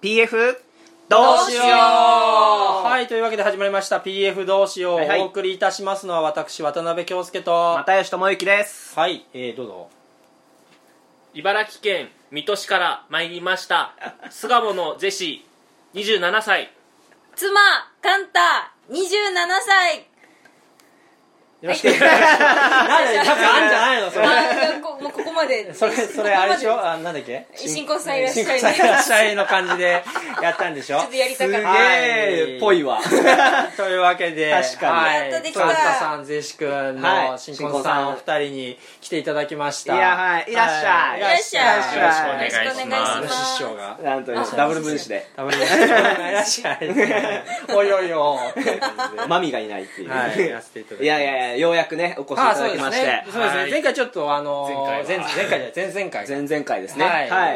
PF どうしよう。 はい、というわけで始まりました PF どうしよう、 はいはい、 お送りいたしますのは私渡辺京介と又吉智之です。 はい、どうぞ。 茨城県水戸市から参りました巣鴨のジェシー27歳妻カンタ27歳。 よろしくお願いします。なんでなんかあるんじゃないのそれ。 もうここまで。 それあれでしょ。なんだっけ。 新婚さんいらっしゃい。 新婚さんいらっしゃいの感じでやったんでしょ。 ちょっとやりたかった。 すげーぽいわ。 というわけで、 確かに。 はい。 やっとできた。 カンタさん、ゼシ君の新婚さんお二人に来ていただきました。 いやはい、いらっしゃい。 いらっしゃい。 よろしくお願いします。 師匠が。 なんとダブル分子で。 ダブル分子で。いらっしゃい。おいおいよ。 マミがいないっていう。 はい。やらせていただきます。 いや、ようやくね、お越しいただきまして。 そうですね。前回ちょっと前々回ですね。はい。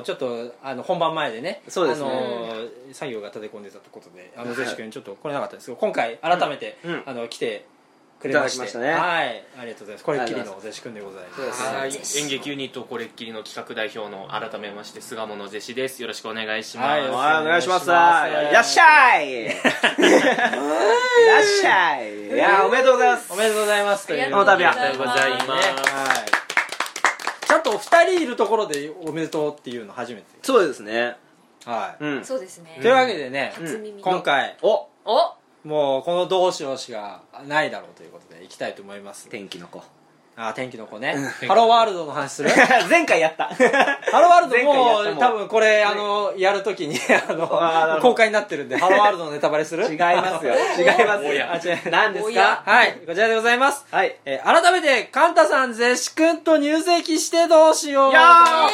ちょっと本番前でね。 そうですね。 作業が立て込んでたことで、ゼシ君ちょっと来れなかったんですけど、今回改めて来てくれまして、はい、ありがとうございます。これっきりのゼシ君でございます。 はい。演劇ユニットこれっきりの企画代表の改めまして巣鴨のゼシです。よろしくお願いします。 はい、お願いします。いらっしゃい。いらっしゃい。いや、おめでとうございます。 おめでとうございます。 というこの度はありがとうございます。 ちゃんとお二人いるところでおめでとうっていうの初めて。 そうですね。 はい。 そうですね。 というわけでね、今回もうこのどうしようしがないだろうということでいきたいと思います。 天気の子。 天気の子ね。ハローワールドの話する？ 前回やった。 ハローワールドも多分これやるときに公開になってるんで、ハローワールドのネタバレする？ 違いますよ。違いますよ。何ですか？ はい、こちらでございます。 はい。 改めてカンタさん、ゼシ君と入籍してどうしよう。 やー！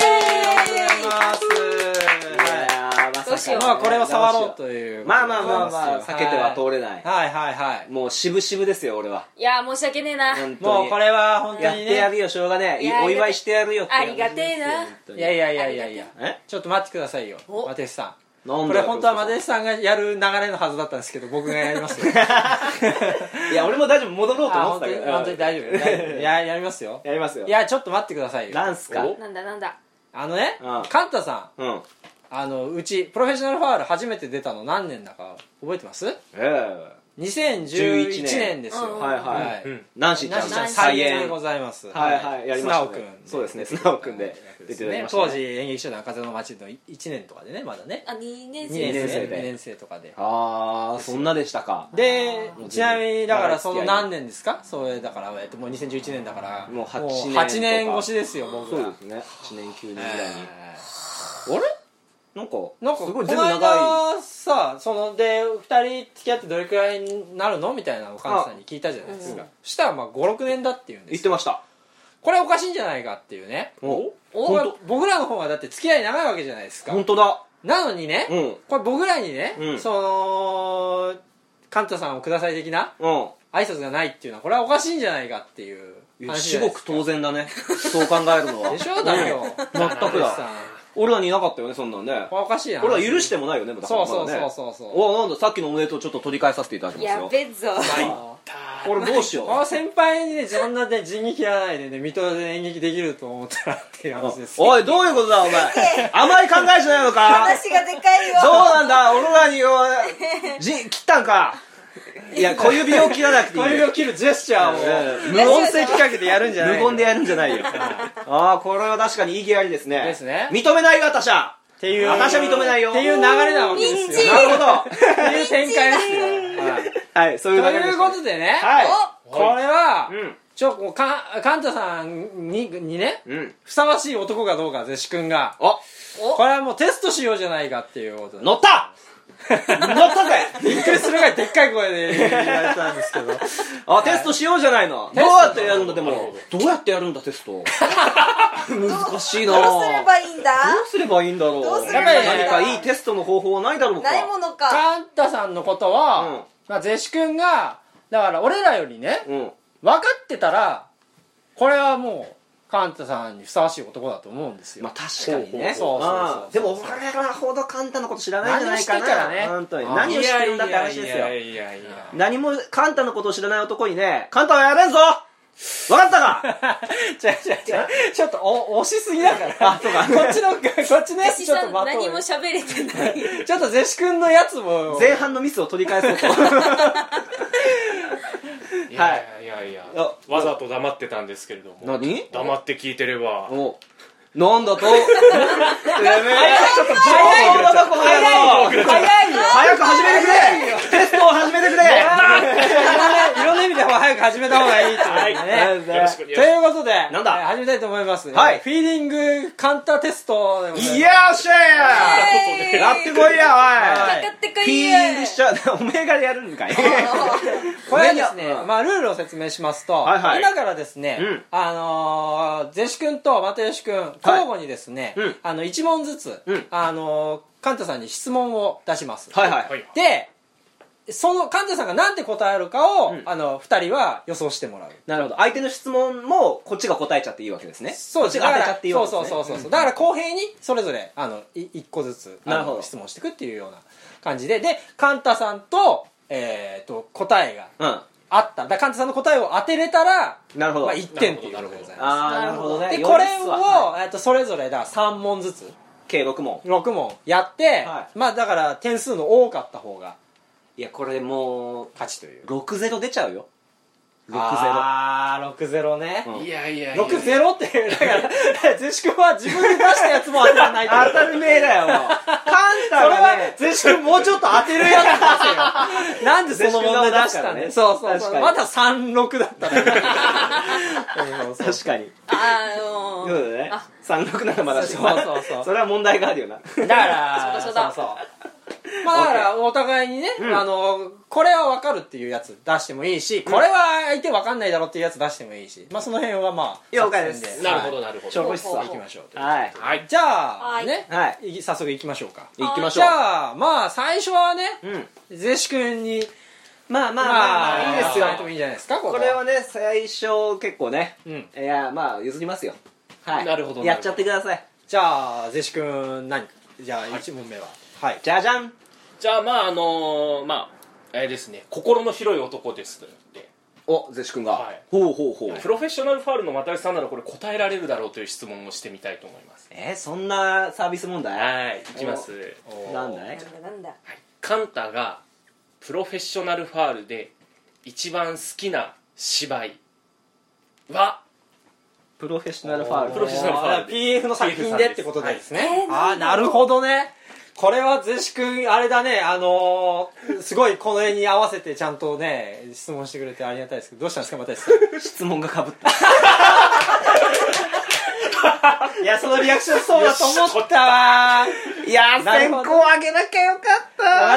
まあこれを触ろうという。 まあ避けては通れない。 はい。 もう渋々ですよ俺は。 いや申し訳ねえな。 もうこれは本当にね。 やってやるよしょうがねえ。お祝いしてやるよって。 ありがてえな。 いや。ちょっと待ってくださいよ、マテシさん。 これ本当はマテシさんがやる流れのはずだったんですけど、僕がやりますよ。 いや俺も大丈夫、戻ろうと思ってたけど。 本当に大丈夫。やりますよ。 やりますよ。 いやちょっと待ってくださいよ。 なんすか？ なんだ。 カンタさん。うちプロフェッショナルファウル初めて出たの何年だか覚えてます？2011年ですよ。 はい。ナンシーちゃん再演でございます。 はい、やりました。 素直くん。 そうですね、素直くんで出てましたね。 当時演劇集団風の街の1年とかでね、まだね。 2年生とかで。 そんなでしたか。 で、ちなみにだからその何年ですか？それだからもう2011年だからもう8年越しですよ、僕ら。 そうですね。8年9年ぐらいに。あれ？なんかすごい全部長い。 この間さ、で2人付き合ってどれくらいになるのみたいなのをカンタさんに聞いたじゃないですか。そしたらまあ5、6年だっていうんです。 言ってました。これおかしいんじゃないかっていうね。僕らの方がだって付き合い長いわけじゃないですか。 本当だ。 なのにね、これ僕らにね、カンタさんをください的な挨拶がないっていうのはこれはおかしいんじゃないかっていう話じゃないですか。 至極当然だね。そう考えるのは。 でしょ？だよ。 全くだ。俺らにいなかったよね、そんなんね。 おかしいな。 俺ら許してもないよね、 そう。 なんだ、さっきのおめでとうちょっと取り返させていただきますよ。 やべっぞ。 俺どうしよう。 先輩にね、そんなね、人力やらないでね、水戸で演劇できると思ったらっていう話です。 おい、どういうことだ、お前。あまり考えてないのか。 話がでかいよ。 そうなんだ、俺らに切ったんか。いや、小指を切らなくていい。 小指を切るジェスチャーを無音声かけてやるんじゃない？ 無言でやるんじゃないよ。これは確かに意義ありですね。 ですね。 認めないが、私は。私は認めないよ。 っていう流れなわけですよ。 なるほど。 っていう展開ですよ。 はい、そういう流れです。 ということでね、これは、カンタさんにね、ふさわしい男かどうか、ゼシ君が。これはもうテストしようじゃないかっていうことで。 乗ったぜ。 びっくりするぐらいでっかい声で言われたんですけど。 テストしようじゃないの。どうやってやるんだ、でも。どうやってやるんだ、テスト。難しいな。 どうすればいいんだ？ どうすればいいんだろう。 やっぱり何かいいテストの方法はないだろうか。 ないものか。 カンタさんのことは、ゼシ君が、だから俺らよりね、分かってたら、これはもう、カンタさんにふさわしい男だと思うんですよ。 まあ確かにね。 そう。 でも俺らほどカンタのこと知らないんじゃないかな。本当に。何をしてるんだって話ですよ。何もカンタのことを知らない男にね、カンタはやれんぞわかったかちょっと押しすぎだから。そうか。こっちのやつちょっと待とうよ。 何も喋れてない。 ちょっとゼシ君のやつも。 前半のミスを取り返そうと。 いや、わざと黙ってたんですけれども。 何？ 黙って聞いてれば。 なんだと？やめちょっと早いよ。 早く始めてくれ。テストを始めてくれ。いろんな意味で早く始めた方がいいってことでね。よろしく。ということで、始めたいと思います。はい。フィーリングカンターテストでございます。 よっしゃー。やってこいや、おい。 かかってこいフィーリングしちゃう。おめえがやるんかい。 これはですね、まあルールを説明しますと、今からですね、ゼシ君と又吉君、交互にですね、1問ずつ、カンタさんに質問を出します。で、そのカンタさんが何て答えるかを、2人は予想してもらう。 なるほど。相手の質問もこっちが答えちゃっていいわけですね。 そうです。 こっちが当てちゃっていいわけですね。 そう。だから公平にそれぞれ1個ずつ質問していくっていうような感じで、でカンタさんと答えがあった。カンタさんの答えを当てれたら、 なるほど。 1点っていうことでございます。 なるほどね。 でこれをそれぞれ3問ずつ計6問やって、まあだから点数の多かった方が、 いやこれもう勝ちという。 6-0出ちゃうよ。 6-0ね。 いや 6-0っていう、だからゼシ君は自分で出したやつも当てらないと。 当たり前だよ。カンタそれははね、 ゼシ君もうちょっと当てるやつ出せよ。なんでその問題出したね。そうまだ3-6だったね。 確かに。そうだね。3-6ならまだしも。 そう。 それは問題があるよな。 だからそう。まあだからお互いにね、これは分かるっていうやつ出してもいいし、これは相手分かんないだろっていうやつ出してもいいし、まあその辺はまあ了解です。 なるほど。 勝負室は行きましょう。 はい。 じゃあね、早速行きましょうか。 行きましょう。 じゃあまあ最初はね、ゼシ君にまあいいですよ。 いいんじゃないですか。 これはね最初結構ね、いやまあ譲りますよ。はい。 なるほど。 やっちゃってください。 じゃあゼシ君じゃあ1問目は。はい。 じゃじゃん。 じゃあまああれですね、心の広い男ですので。 ゼシ君が。ほう。 プロフェッショナルファウルの又吉さんならこれ答えられるだろうという質問をしてみたいと思います。 そんなサービス問題？ はい、いきます。 なんだい？ カンタがプロフェッショナルファウルで一番好きな芝居は？ プロフェッショナルファウル。 プロフェッショナルファウル。 PF の作品でってことですね。なるほどね。これはゼシ君あれだね、すごいこの絵に合わせてちゃんとね質問してくれてありがたいですけど、どうしたんですか又吉さん。 質問がかぶった。 いやそのリアクションそうだと思ったわ。 いや先行あげなきゃよかった。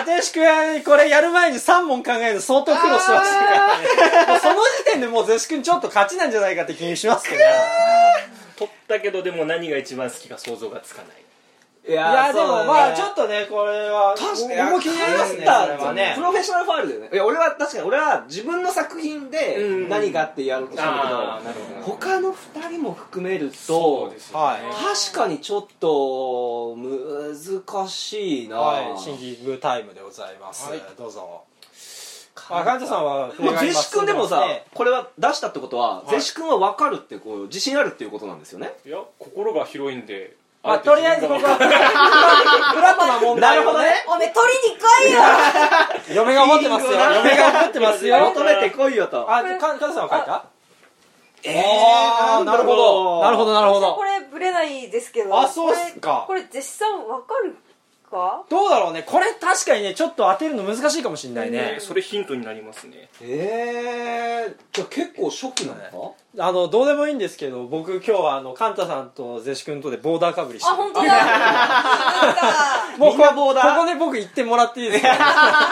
又吉君はこれやる前に3問考えるの相当苦労してましたからね。もうその時点でもうゼシ君ちょっと勝ちなんじゃないかって気にしますけど。 取ったけどでも何が一番好きか想像がつかない。 いやでもまあちょっとねこれは僕も気になりますね。それはねプロフェッショナルファウルだよね。いや俺は自分の作品で何がってやろうとしたんだけど、他の2人も含めると確かにちょっと難しいな。 シンキングタイムでございます。どうぞ。カンタさんはゼシ君でもさ、これは出したってことはゼシ君は分かるって自信あるっていうことなんですよね。 いや心が広いんで。 とりあえずここはフラットな問題をね。 おめえ取りに来いよ。 嫁が思ってますよ。嫁が思ってますよ。 求めてこいよと。 カンタさんは書いた？なるほど。 これブレないですけど。 そうっすか。 これ絶賛わかるか？ どうだろうね。これ確かにねちょっと当てるの難しいかもしれないね。 それヒントになりますね。 じゃあ結構ショックなのか？どうでもいいんですけど、僕今日はカンタさんとゼシ君とでボーダーかぶりしてる。 本当だ。 もうここで僕言ってもらっていいですか？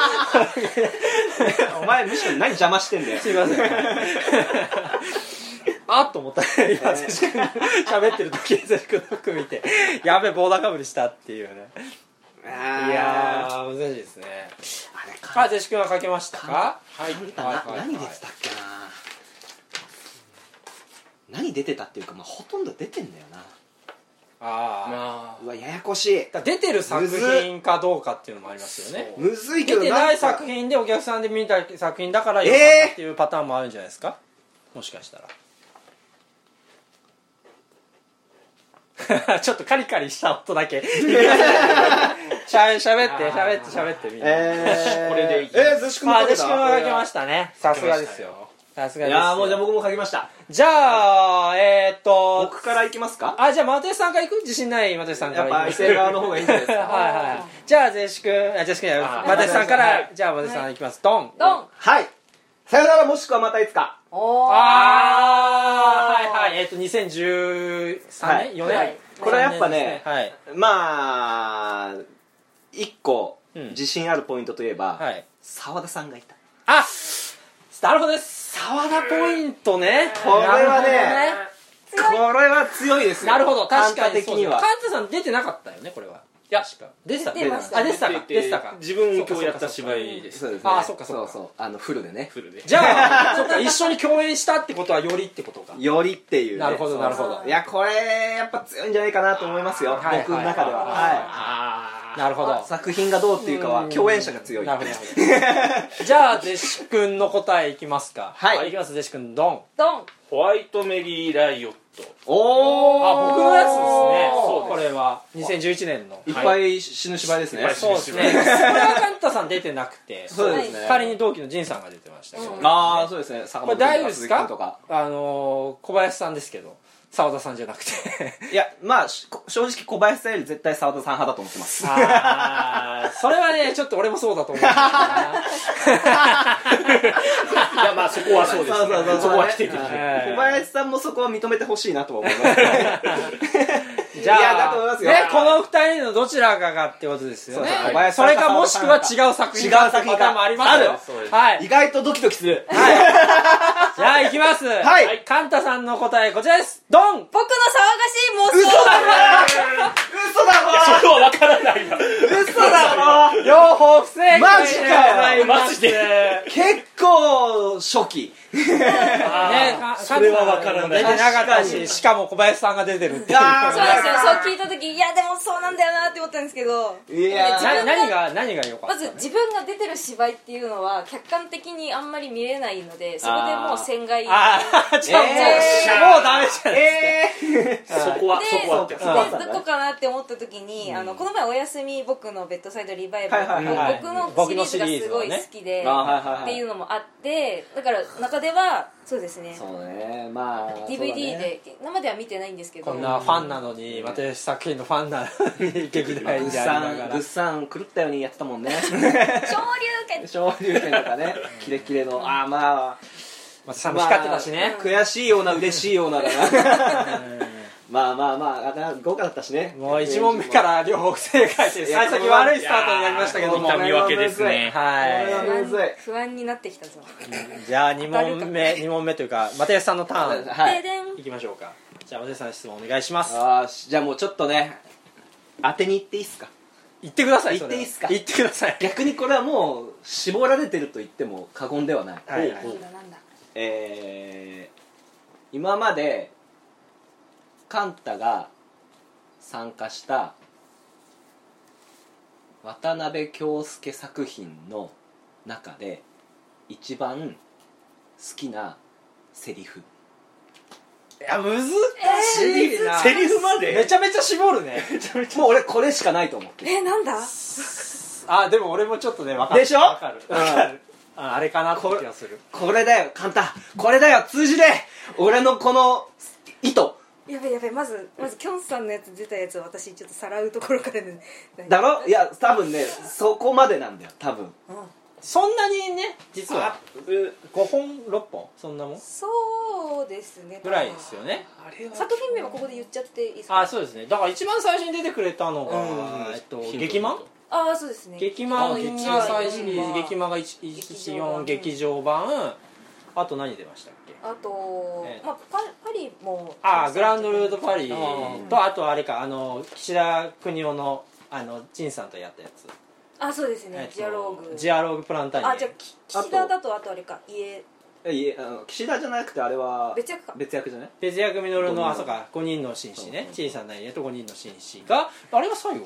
お前むしろ何邪魔してんだよ。 すいません。と思ったね今ゼシ君喋ってる時ゼシ君の服見てやべえボーダーかぶりしたっていうね。いやー難しいですね。ゼシ君は書けましたか？ はい。何出てたっけな。何出てたっていうかほとんど出てんだよな。うわややこしい。 出てる作品かどうかっていうのもありますよね。 むずいけど出てない作品でお客さんで見た作品だからよかったっていうパターンもあるんじゃないですか。 もしかしたらちょっとカリカリした音だけしゃべってみんな、 これでいい。 ずしくんも書けた。 ずしくんは書けましたね。さすがですよ。さすがですよ。 いやもうじゃあ僕も書きました。 じゃあ僕からいきますか。 じゃあ又吉さんからいく？自信ない又吉さんからいく。 やっぱ異性側の方がいいんじゃないですか。 はいはい。じゃあぜしくん又吉さんから、じゃあ又吉さんいきます。ドンドン。 はい。さよならもしくはまたいつか。 はいはい。2013年4年。 これはやっぱね、まあ一個自信あるポイントといえば、澤田さんがいた。 なるほどです。澤田ポイントね。 これはね、これは強いですよ。 なるほど、確かに的には。 カンタさん出てなかったよね、これは。いや、出てたか。 自分今日やった芝居です。 そうですね。 そっか。 フルでね。 じゃあ、そっか、一緒に共演したってことはよりってことか。 よりっていう。 なるほど。 いや、これやっぱ強いんじゃないかなと思いますよ。僕の中では。 なるほど。 作品がどうっていうかは共演者が強い。 なるほど。じゃあぜしくんの答えいきますか。いきます。ぜしくんドン。 ホワイトメリーライオット。 僕のやつですね。これは2011年のいっぱい死ぬ芝居ですね。 そうですね。これはカンタさん出てなくて、 そうですね。 仮に同期のジンさんが出てましたけど。 そうですね。 これ大丈夫ですか？小林さんですけど。澤田さんじゃなくていやまあ正直小林さんより絶対澤田さん派だと思ってます。 それはねちょっと俺もそうだと思うんだよな。 いやまあそこはそうですね。そこは否定的。 小林さんもそこは認めてほしいなとは思います。 じゃあだと思いますよ。この2人のどちらかがってことですよね。それかもしくは違う作品かってパターンもありますよ。 意外とドキドキする。 じゃあいきます。カンタさんの答えこちらです。ドン。 僕の騒がしい妄想。 嘘だろ。 そこは分からないな。 嘘だろ。 両方不正解。 マジかよ。 マジで。 結構初期。 それは分からない。 出てなかったし、しかも小林さんが出てるっていう。 そうですよ。そう聞いた時いやでもそうなんだよなって思ったんですけど。 何が良かった？ まず自分が出てる芝居っていうのは客観的にあんまり見れないので、そこでもう船外。 もうダメじゃないですか。 そこはでどこかなって思った時にこの前お休み僕のベッドサイドリバイバル僕のシリーズがすごい好きでっていうのもあって、だから中ではそうですね。 そうね。まあ DVD で生では見てないんですけど。 こんなファンなのに又吉作品のファンなのに劇団員でありながらグッサン狂ったようにやってたもんね。 昇竜拳とかね。キレキレのまあさんも光ってたしね。 悔しいような嬉しいようなだな。まあ豪華だったしね。 もう1問目から両方不正解で幸先悪いスタートになりましたけども、 見分けですね。 不安になってきたぞ。 じゃあ2問目というか又吉さんのターンいきましょうか。じゃあ又吉さん質問お願いします。 じゃあもうちょっとね当てに行っていいですか？ 言ってください。 言っていいですか？ 言ってください。 逆にこれはもう絞られてると言っても過言ではない。 なんだ。 今までカンタが参加した渡辺京介作品の中で一番好きなセリフ。 いや難しいな。 セリフまでめちゃめちゃ絞るね。 もう俺これしかないと思ってる。 なんだ。 でも俺もちょっとね分かる。 でしょ。 分かる。あれかなって気がする。 これだよカンタ、これだよ通じで俺のこの意図。 やべまずキョンさんのやつ出たやつを私ちょっとさらうところからね。 だろ。いや多分ねそこまでなんだよ多分。 そんなにね実は5本6本そんなもんそうですねぐらいですよね。 作品名はここで言っちゃっていいですか？ そうですね。だから一番最初に出てくれたのが劇漫。 そうですね。 劇漫が最初に劇漫が114劇場版。あと何出ましたっけ？ あとパリもグランドルートパリとあとあれか岸田邦夫の陳さんとやったやつ。 そうですね。ジアローグプランタニエ。 じゃあ岸田だとあとあれか岸田じゃなくてあれは別役か。 別役じゃない？ 別役実のそうか5人の紳士ね。小さな家と5人の紳士があれが最後か。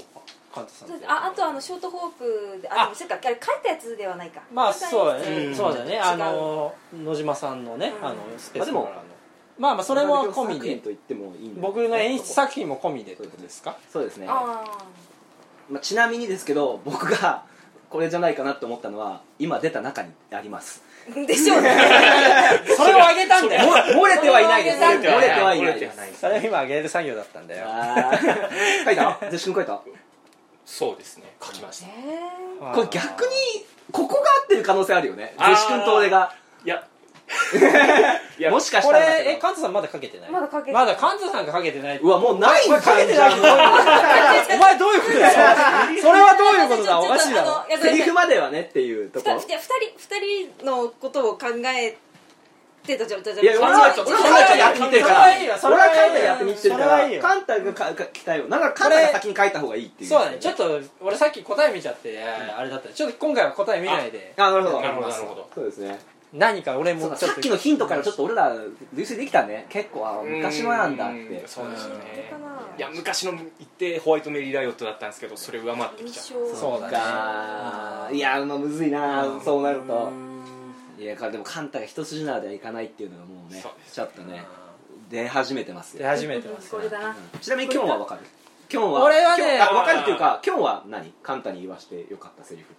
カンタさん。 あとショートホープで、あれ書いたやつではないか。 まあそうだね。野島さんのね、スペースからの。まあそれも込みで。僕の演出作品も込みでってことですか？ そうですね。ちなみにですけど、僕がこれじゃないかなって思ったのは今出た中にあります。 でしょうね。 それをあげたんだよ。 漏れてはいないです。漏れてはいないです。 それ今あげる作業だったんだよ。 書いた？ゼシ君書いた？ そうですね、書きました。 これ逆にここが合ってる可能性あるよね。ゼシ君と俺が。 いやもしかしたらこれカンタさんまだ書けてない？まだカンタさんが書けてない。 うわ、もうないんじゃん。 書けてない。お前どういうことだよ。それはどういうことだ。おかしいだろ。 セリフまではねっていうところ。 2人のことを考えてたじゃん。 いや、俺はやってみてるから。俺はカンタやってみてるから。カンタが書きたいよ。なんかカンタが先に書いた方がいいっていう。 そうだね。ちょっと俺さっき答え見ちゃってあれだった。ちょっと今回は答え見ないで。 なるほど。そうですね。 何か俺もちょっとさっきのヒントからちょっと俺ら類推できたね。結構昔のなんだって。 そうですね。いや、昔の言ってホワイトメリーライオットだったんですけど、それ上回ってきちゃう。 そうだね。いや、むずいな、そうなると。いや、でもカンタが一筋縄ではいかないっていうのがもうね、ちょっとね出始めてますよ。 出始めてます。 これだな。 ちなみに今日はわかる？今日は俺はね、 わかるっていうか、今日は何？カンタに言わしてよかったセリフって。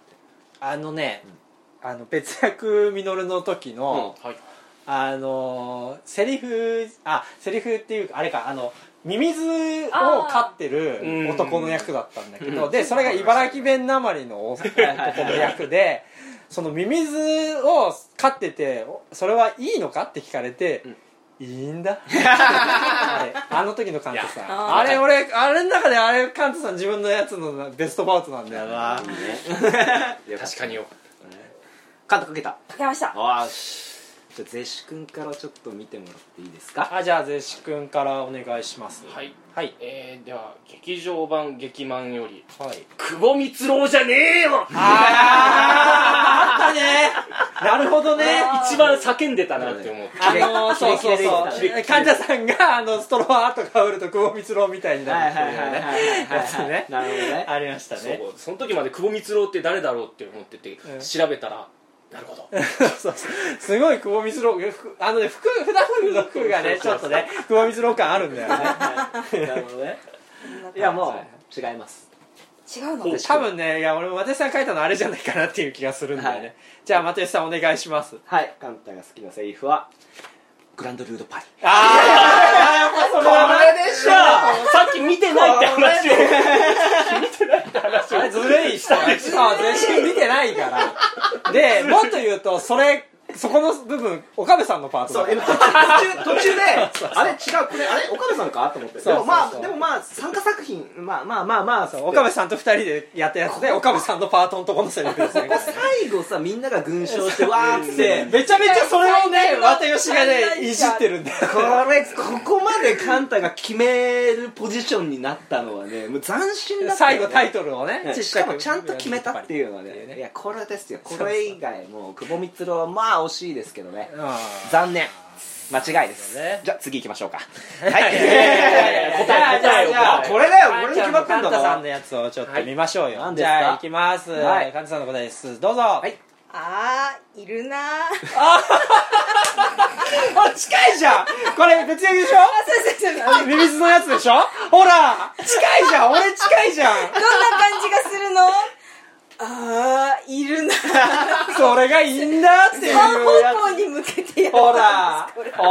別役ミノルの時のセリフっていうか、あれか、ミミズを飼ってる男の役だったんだけど、でそれが茨城弁なまりの男の役で、そのミミズを飼っててそれはいいのかって聞かれて、いいんだ。あの時のカンタさん、あれの中でカンタさん自分のやつのベストバウトなんだよな。 確かによ。 カンタかけた？ 書けました。 じゃあゼシ君からちょっと見てもらっていいですか？ じゃあゼシ君からお願いします。 はい、では劇場版劇マンより久保光郎じゃねえよ。 あったね。なるほどね。 一番叫んでたなって思って、 そう患者さんがストローアートかぶると久保光郎みたいになるっていうやつね。 なるほどね。 ありましたね。 その時まで久保光郎って誰だろうって思ってて調べたら、なるほど。 すごい久保光郎、普段の服がねちょっとね久保光郎感あるんだよね。 なるほどね。いや、もう違います。 違うの？ 多分ね、いや俺も又吉さん書いたのあれじゃないかなっていう気がするんだよね。じゃあ又吉さんお願いします。 はい、カンタが好きなセリフはグランドルードパリ。 やっぱそれでしょ。 さっき見てないって話をあれずるい人全身見てないから。でもっと言うとそこの部分岡部さんのパートだ。 途中であれ違う、これあれ岡部さんかと思って。でもまあ参加作品まあ岡部さんと2人でやったやつで岡部さんのパートのところのセリフですね。 最後さ、みんなが群唱してわーってめちゃめちゃそれをね又吉がねいじってるんだよ。 ここまでカンタが決めるポジションになったのはね、もう斬新だった。 最後タイトルをねしかもちゃんと決めたっていうのはね、いやこれですよ。これ以外もう久保光郎はまあ惜しいですけどね、残念、間違いです。じゃあ次行きましょうか。はい、答えをこれだよ。これに決まってんだろ。 カンタさんのやつをちょっと見ましょうよ。じゃあ行きます。カンタさんの答えです。どうぞ。はい。 いるな。 近いじゃん。これ別役でしょ。そうミミズのやつでしょ。ほら近いじゃん。俺近いじゃん。 どんな感じがするの？いるな。 それがいいんだっていうやつ。 方向に向けてやる。 ほら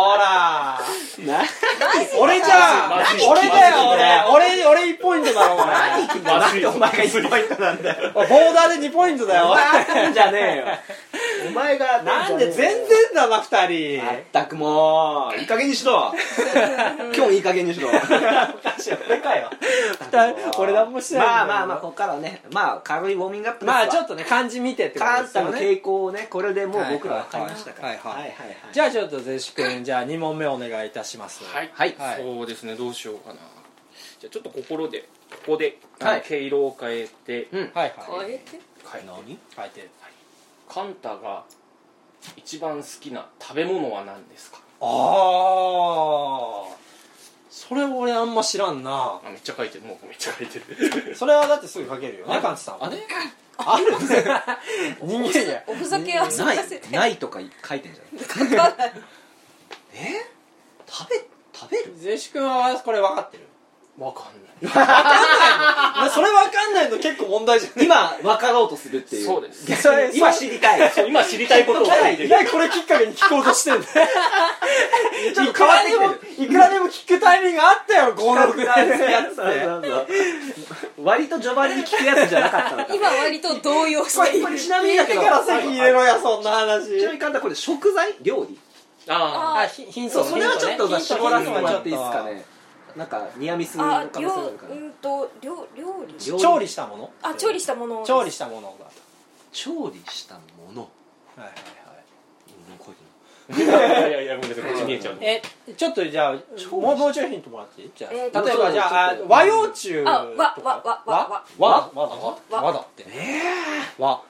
俺じゃん。俺だよ。俺1ポイントだろ。 なんでお前が1ポイントなんだよ。 ボーダーで2ポイントだよ。 なんじゃねえよ。お前がなんで全然だな2人。 まったくもういい加減にしろ。今日いい加減にしろ。 俺かよ。俺何もしてない。 まあここからね、軽いウォーミングアップですわ。ちょっとね漢字見てってことですよね。カンタの傾向をね、これでもう僕ら分かりましたから。 じゃあちょっとゼシ君、じゃあ2問目お願いいたします。 はい。そうですね、どうしようかな。じゃあちょっとここで毛色を変えて、 変えてカンタが一番好きな食べ物は何ですか？ それ俺あんま知らんな。 めっちゃ書いてる、もうめっちゃ書いてる。 それはだってすぐ書けるよね、カンツさん。 あれある人間や。 おふざけ遊ばせてないとか書いてんじゃない食べるゼシ君はこれ分かってる？ わかんない。 分かんないのそれ分かんないの結構問題じゃん。 今分かろうとするっていう。 そうです。 今知りたい。 今知りたいことを書いてる。 これきっかけに聞こうとしてるんだよ。 ちょっと変わってきてる。 いくらでも聞くタイミングあったよ、5の6代のやつって。 割と序盤に聞くやつじゃなかったのか。 今割と動揺してこれちなみにだけど、 から先入れろや、そんな話。 ちなみに簡単、これ食材料理？ ヒント。 それはちょっと絞らせてもらっていいですかね。なんかニアミスの可能性があるから。 料理？ 調理したもの？ 調理したもの。 調理したものが。 調理したもの。 はいはいはい。 いやごめんなさい、こっち見えちゃう。 ちょっとじゃあもうちょいヒントもらっていい？じゃあ例えばじゃあ和洋中とか。和だって。和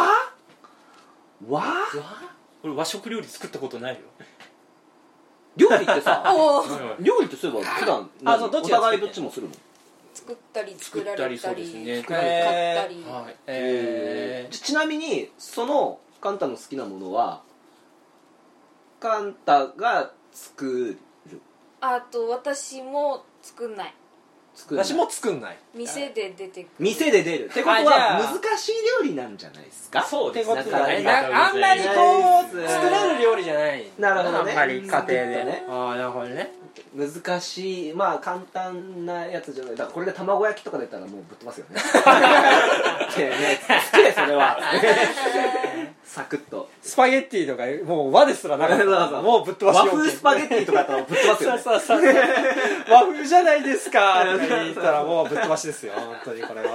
俺和食料理作ったことないよ。 料理ってさ、料理ってそういえば普段お互いどっちもするの？ 作ったり作られたり買ったり。 ちなみにそのカンタの好きなものはカンタが作る？ あと私も作んない。 私も作んない。 店で出てくる。 店で出るってことは難しい料理なんじゃないですか？ そうですね。 あんまりこう作れる料理じゃない。 なるほどね。 あんまり家庭でね。なるほどね。 難しい、まあ簡単なやつじゃない。だからこれで卵焼きとか出たらもうぶっ飛ばすよね。好きでそれは。サクッとスパゲッティとかもう和ですらなかったらもうぶっ飛ばしよう。 和風スパゲッティとかだったらぶっ飛ばすよね。 そう和風じゃないですかとか言ったらもうぶっ飛ばしですよ、本当にこれは。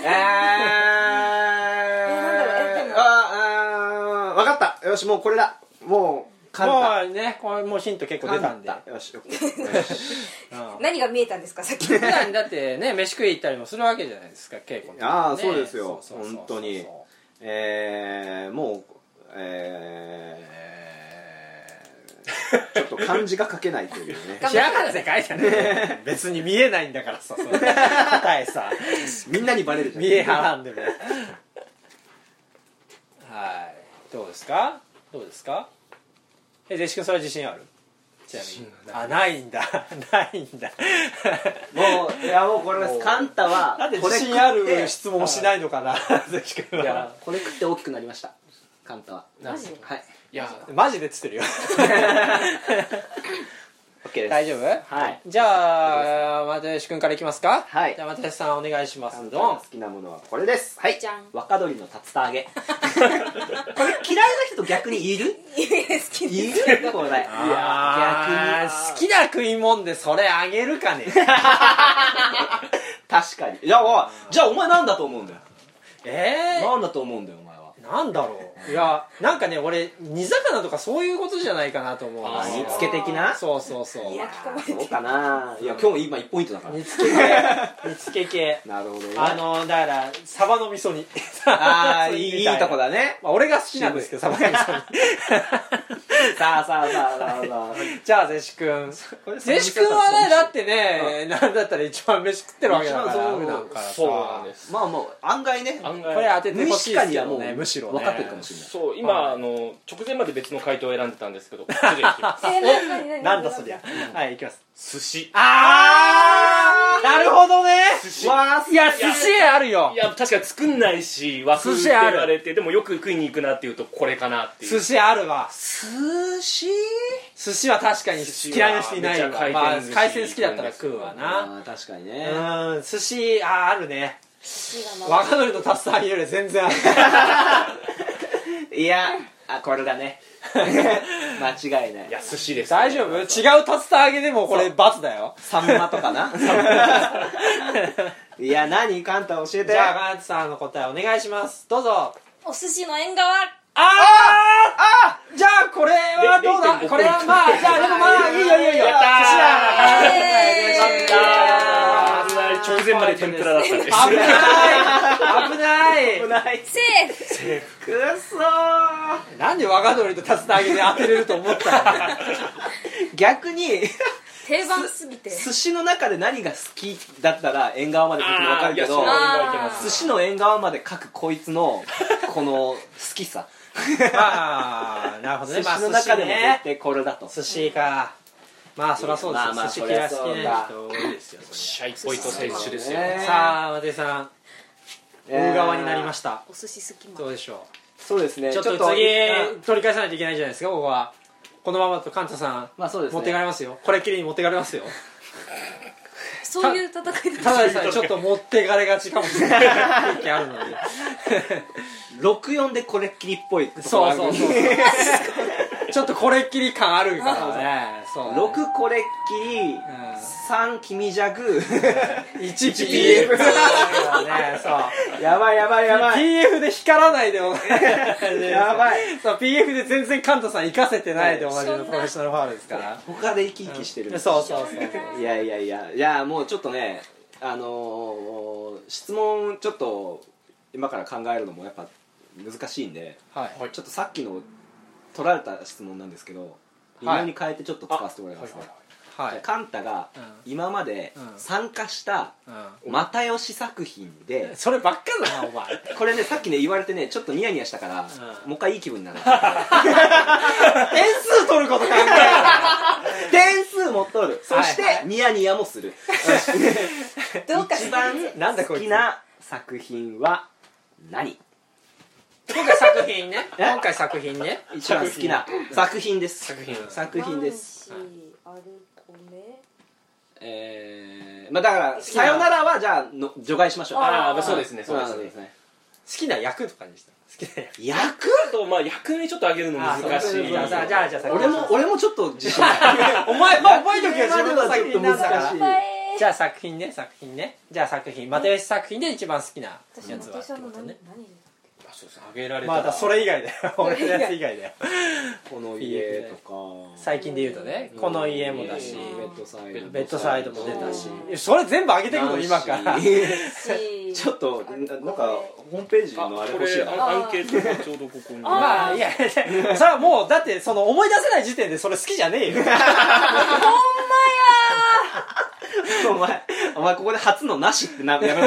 分かった。よし、もうこれだ。もうもうね、これもうヒント結構出たんで。よし。 何が見えたんですか、さっき。 普段だってね、飯食い行ったりもするわけじゃないですか、稽古に。 ああ、そうですよ。本当に。もうちょっと漢字が書けないというね。 ひらがなで書いてね。別に見えないんだからさ、答えさ。 みんなにバレるじゃん。 見えはらんでも。はい。どうですか？ゼシ君それは自信ある？ないんだ。 もうこれです。カンタはなんで自信ある質問をしないのかな、ゼシ君は。 いや、これ食って大きくなりました、カンタは。 マジ？ はい。 いやマジでっつってるよ。OK です。大丈夫？ はい。 じゃあ又吉君からいきますか。 はい。 じゃあ又吉さんお願いします。 カンタが好きなものはこれです。はい。 じゃん。 若鶏の竜田揚げ。これ嫌いな人逆にいる？ 好きです。 いる？これ。いや逆に好きな食い物でそれあげるかね。 確かに。じゃあお前なんだと思うんだよ。なんだと思うんだよお前は。 なんだろう。いやなんかね、俺煮魚とかそういうことじゃないかなと思う。 煮付け的な？ そう。 いやそうかな。いや今日今1ポイントだから。 煮付け系。 なるほどね。 だからサバの味噌煮。 いいとこだね。 俺が好きなんですけどサバの味噌煮。 さあじゃあゼシ君はね、だってね、なんだったら一番飯食ってるわけだから。 そうなんです。 まあもう案外ね、 これ当ててほしいですけどね、むしろね分かってるかもしれない。 そう、今直前まで別の回答を選んでたんですけど、 なんだそりゃ。はい、いきます。 寿司。 なるほどね。 いや寿司あるよ。 いや確かに作んないし和風って言われて、でもよく食いに行くなっていうとこれかなっていう。 寿司あるわ。 寿司は確かに嫌いな人いないわ。海鮮好きだったら食うわな。 確かにね。 寿司あるね。若鶏の竜田揚げより全然ある。 いやこれだね。間違いない。 いや寿司です。 大丈夫？違う竜田揚げでもこれ罰だよ。 サンマとかな。いや何カンタ教えて。 じゃあカンタさんの答えお願いします。どうぞ。 お寿司の縁側。 じゃあこれはどうだ。これはまあじゃあでもまあいいよ。 やったー。直前まで天ぷらだったんです。 危ない。 セーフ。 くそー。 なんで若鶏と竜田揚げで当てれると思ったの？ 逆に定番すぎて寿司の中で何が好きだったら縁側まで書くの分かるけど、寿司の縁側まで書くこいつのこの好きさまあなるほどね。 寿司の中でも絶対これだと。 寿司か。まあそりゃそうですよ。寿司嫌い好きな人多いですよ。 シャイポイント選手ですよ。 さあ松井さん、大側になりました。 お寿司好きもどうでしょう。 そうですね。 ちょっと次取り返さないといけないじゃないですか。ここはこのままだとカンタさん持ってかれますよ。これっきりに持ってかれますよ。 そういう戦いだただでさえちょっと持ってかれがちかもしれない空気あるので 64でこれっきりっぽい。 そうちょっとこれっきり感あるからね。 6これっきり、3君ジャグ、 1 PF やばい PF で光らないでもやばい。 そう PF で全然カンタさん生かせてないで同じのプロフェッショナルファウルですから他で生き生きしてる。 そういやもうちょっとね、質問ちょっと今から考えるのもやっぱ難しいんで、ちょっとさっきの取られた質問なんですけど、微妙に変えてちょっと使わせてもらいますね。カンタが今まで参加した又吉作品で、 そればっかだなお前。 これね、さっきね言われてねちょっとニヤニヤしたから、もう一回いい気分になる。 点数取ること考える。 点数も取る、そしてニヤニヤもする。一番好きな作品は何？ 今回作品ね。 一番好きな作品です。 作品です。 アルコメ。 まあだからさよならはじゃあ除外しましょう。 そうですね。 好きな役とかにした。好きな役と役にちょっと上げるの難しい。 じゃあ俺もちょっと自信ない。 お前も覚えとけよ、自分の作品なんだから。 難じゃあ作品ね。じゃあ又吉作品で一番好きなやつはってことね。 上げられた。 まだそれ以外だよ。俺のやつ以外だよ。 この家とか最近で言うとね、この家もだし、 ベッドサイドも出たし、それ全部上げてくの今から。 ちょっとなんかホームページのあれ欲しいな。 アンケートがちょうどここに。 まあいやそれはもうだってその思い出せない時点でそれ好きじゃねえよ。 ほんまやお前ここで初のなしってやめろ。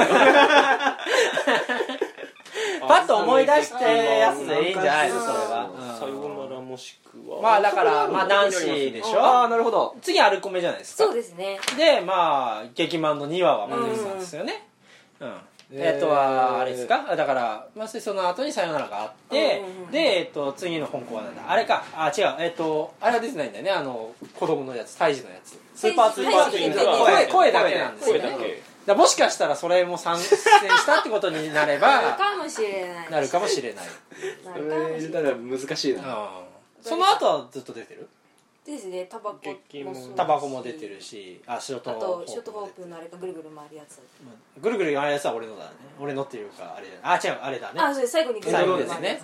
パッと思い出してやつでいいんじゃないのそれは。 さよならもしくは。 まあだからナンシーでしょ。 ああなるほど。 次アルコメじゃないですか。 そうですね。 でまあ劇漫の2話は松井さんですよね。はあれですか。だからその後にさよならがあってで次の本校はなんだあれか違うあれは出てないんだよね。子供のやつ胎児のやつスーパーツインパーツイン声だけなんですよね。もしかしたらそれも参戦したってことになればなるかもしれない。 なるかもしれない。 だから難しいな。 その後はずっと出てるですね。タバコも出てるし、ショートホープのあれかぐるぐる回るやつ。 ぐるぐる回るやつは俺のだね。俺のっていうかあれ違うあれだね。 それ最後にぐるぐるですね。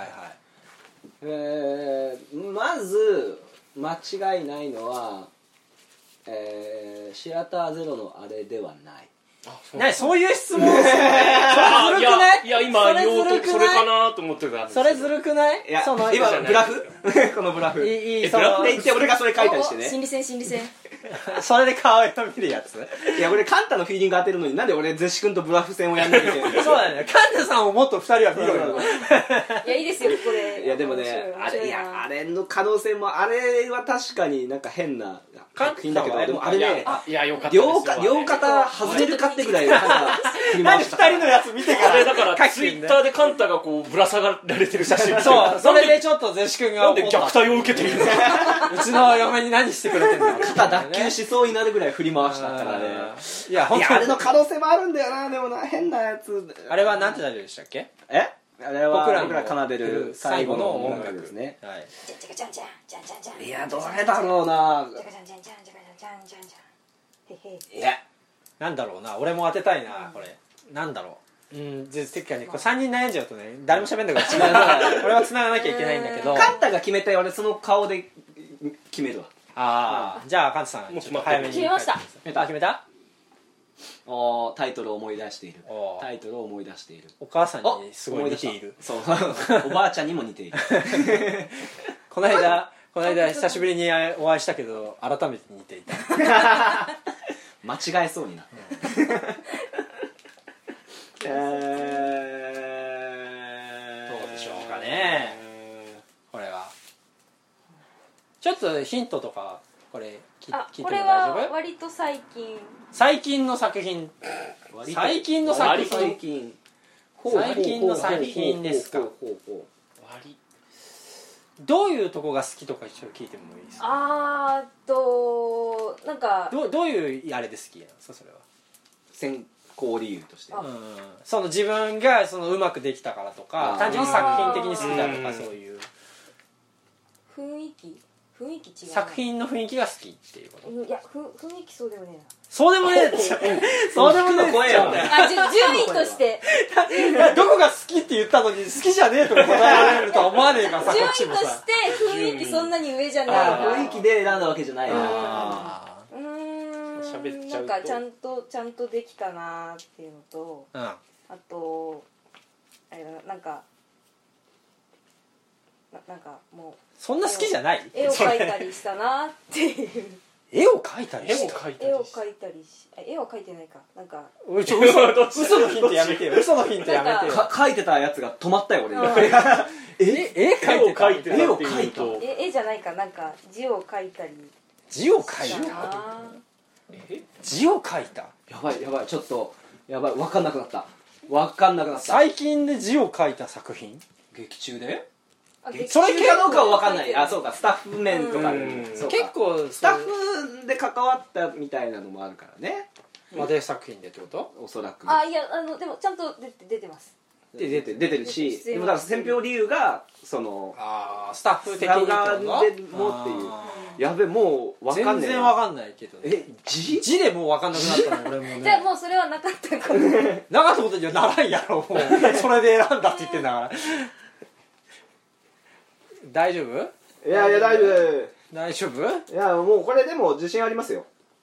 まず間違いないのはシアターゼロのあれではない。 そういう質問。それずるくない？ いや今言おうとそれかなと思ってた。 それずるくない？ いや今ブラフこのブラフ。 いいブラフで言って俺がそれ書いたりしてね。 心理戦。 それで顔色見るやつ。 いや俺カンタのフィーリング当てるのになんで俺ゼシ君とブラフ戦をやんなきゃいけない。 そうだね。カンタさんをもっと2人は見ろよ。 いやいいですよここで。 いやでもねあれの可能性もあれは確かになんか変な作品だけどでもあれね両肩外れるかってぐらいなんで2人のやつ見てから。 あれだからツイッターでカンタがこうぶら下がられてる写真。 そうそれでちょっとゼシ君がなんで虐待を受けているの。 うちの嫁に何してくれてんの。 肩脱臼しそうになるぐらい振り回したからね。 いや本当にあれの可能性もあるんだよな。でもな変なやつ。 あれはなんてタイトルでしたっけ？ あれは僕ら奏でる最後の音楽ですね。いやどれだろうな。いやなんだろうな。俺も当てたいなこれ。なんだろう。てかねこれ3人悩んじゃうとね誰も喋んなくなっちゃう。俺は繋がなきゃいけないんだけど。 カンタが決めたよ。俺その顔で決めるわ。 じゃあカンタさんちょっと早めに決めました。 決めた？ タイトルを思い出している。 お母さんにすごい似ている。 そうおばあちゃんにも似ている。 この間この間久しぶりにお会いしたけど改めて似ていた間違えそうになってどうでしょうかねこれはちょっとヒントとかこれ聞いても大丈夫？ これは割と最近の作品最近の作品ですか。どういうとこが好きとか一応聞いてもいいですか？ なんかどういうあれで好きなんですかそれは？ 選考理由として、 その自分がそのうまくできたからとか単純に作品的に好きだとかそういう雰囲気違う作品の雰囲気が好きっていうこと？ いや雰囲気そうでもねえなそうでもねえそうでもねえ声よ順位としてどこが好きって言ったのに好きじゃねえとか答えられるとは思わねえからさ順位として雰囲気そんなに上じゃない雰囲気で選んだわけじゃないな。 喋っちゃうとなんかちゃんとできたなっていうのと、あとなんかもうそんな好きじゃない？ 絵を描いたりしたなっていう絵を描いたりし絵を描いたりし絵は描いてないかなんか嘘のヒントやめてよ嘘のヒントやめてよ描いてたやつが止まったよ俺絵描いてた絵じゃないかなんか字を描いたり字を描いたやばいちょっとやばい分かんなくなった最近で字を描いた作品劇中でそれかどうかは分かんない。そうかスタッフ面とか結構スタッフで関わったみたいなのもあるからね。 で作品でってこと？ おそらくいやでもちゃんと出てます出てるしでもだから選評理由がそのスタッフ的に側でもっていうやべもう分かんない全然分かんないけど字でもう分かんなくなったの俺もねじゃあもうそれはなかったことなかったことにはならんやろもうそれで選んだって言ってんだから大丈夫？ いや大丈夫？ いやもうこれでも自信ありますよ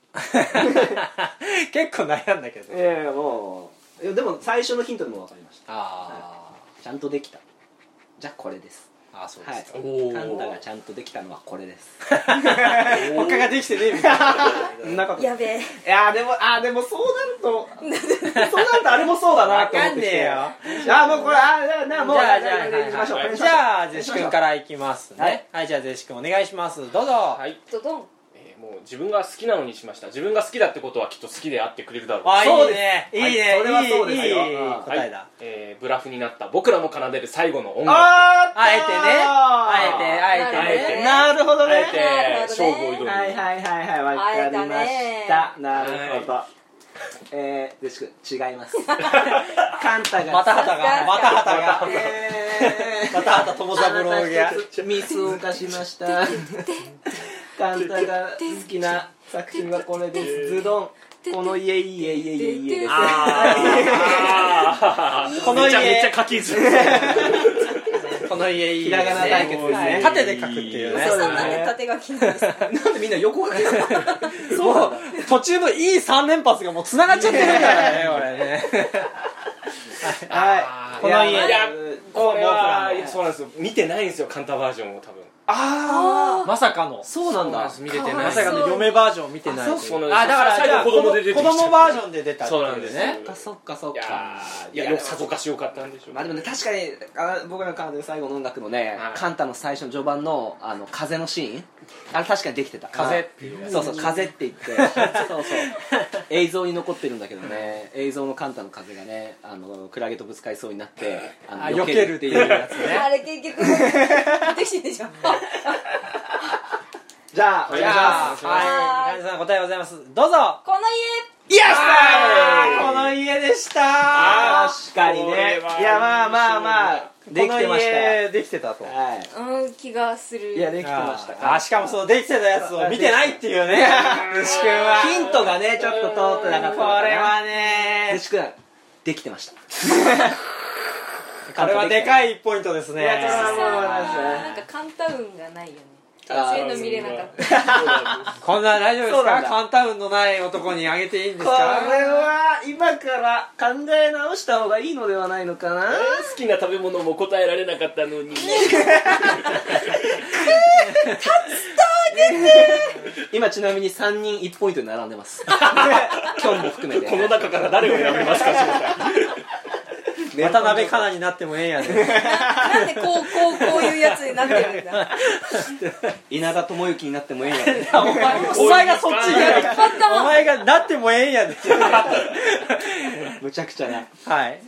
結構悩んだけどもうでも最初のヒントでも分かりました。ちゃんとできたじゃあこれです。 そうですか。 カンタがちゃんとできたのはこれです他ができてねえみたいなやべえいやでもそうなるとあれもそうだなって思ってきてもうこれもうじゃあゼシ君からいきますね。はいじゃあゼシ君お願いしますどうぞ。 はいドドンもう自分が好きなのにしました。自分が好きだってことはきっと好きであってくれるだろう。 そうですねいいねそれはそうですよ答えだ。 ブラフになった僕らも奏でる最後の音楽。 あえてねなるほどねあえて勝負を挑む。 はい分かりましたなるほどでしく違いますカンタがまたはた友三郎がミスを犯しましたカンタが好きな作品はこれですズドンこの家ですこの家めっちゃ書きづらいこの家ひらがな対決ですね。 縦で書くっていうね。 なんで縦書きなんですか。 なんでみんな横書きなの。 そう途中のいい3連発がもう繋がっちゃってるからね俺ね。 この家これはそうなんですよ。見てないんですよカンタバージョンを多分。 まさかのそうなんだ見れてないまさかの嫁バージョン見てないだから最後子供バージョンで出たそうなんですねそっかいやさぞかしよかったんでしょう。 まあでもね確かに僕らの奏でる最後の音楽のねカンタの最初の序盤の風のシーンあれ確かにできてた風っていうそう風って言ってそう映像に残ってるんだけどね映像のカンタの風がねクラゲとぶつかりそうになって避けるっていうやつねあれ結局できてんでしょじゃあはいカンタさん答えございますどうぞこのイエスこの家でした確かにねいやまあできてましたできてたと気がするいやできてましたしかもそのできてたやつを見てないっていうね牛くんはヒントがねちょっと通ってなかったこれはね牛くんできてましたこれはでかい1ポイントですねなんかカンタ運がないよねそういうの見れなかったこんな大丈夫ですか？カンタ運のない男にあげていいんですか？ これは今から考え直した方がいいのではないのかな。 好きな食べ物も答えられなかったのに今ちなみに3人1ポイントで並んでます今日も含めてこの中から誰を選びますか渡辺香奈になってもええやねなんでこういうやつになってるんだ稲田朋之になってもええやねお前がそっちにお前がなってもええやねむちゃくちゃなはい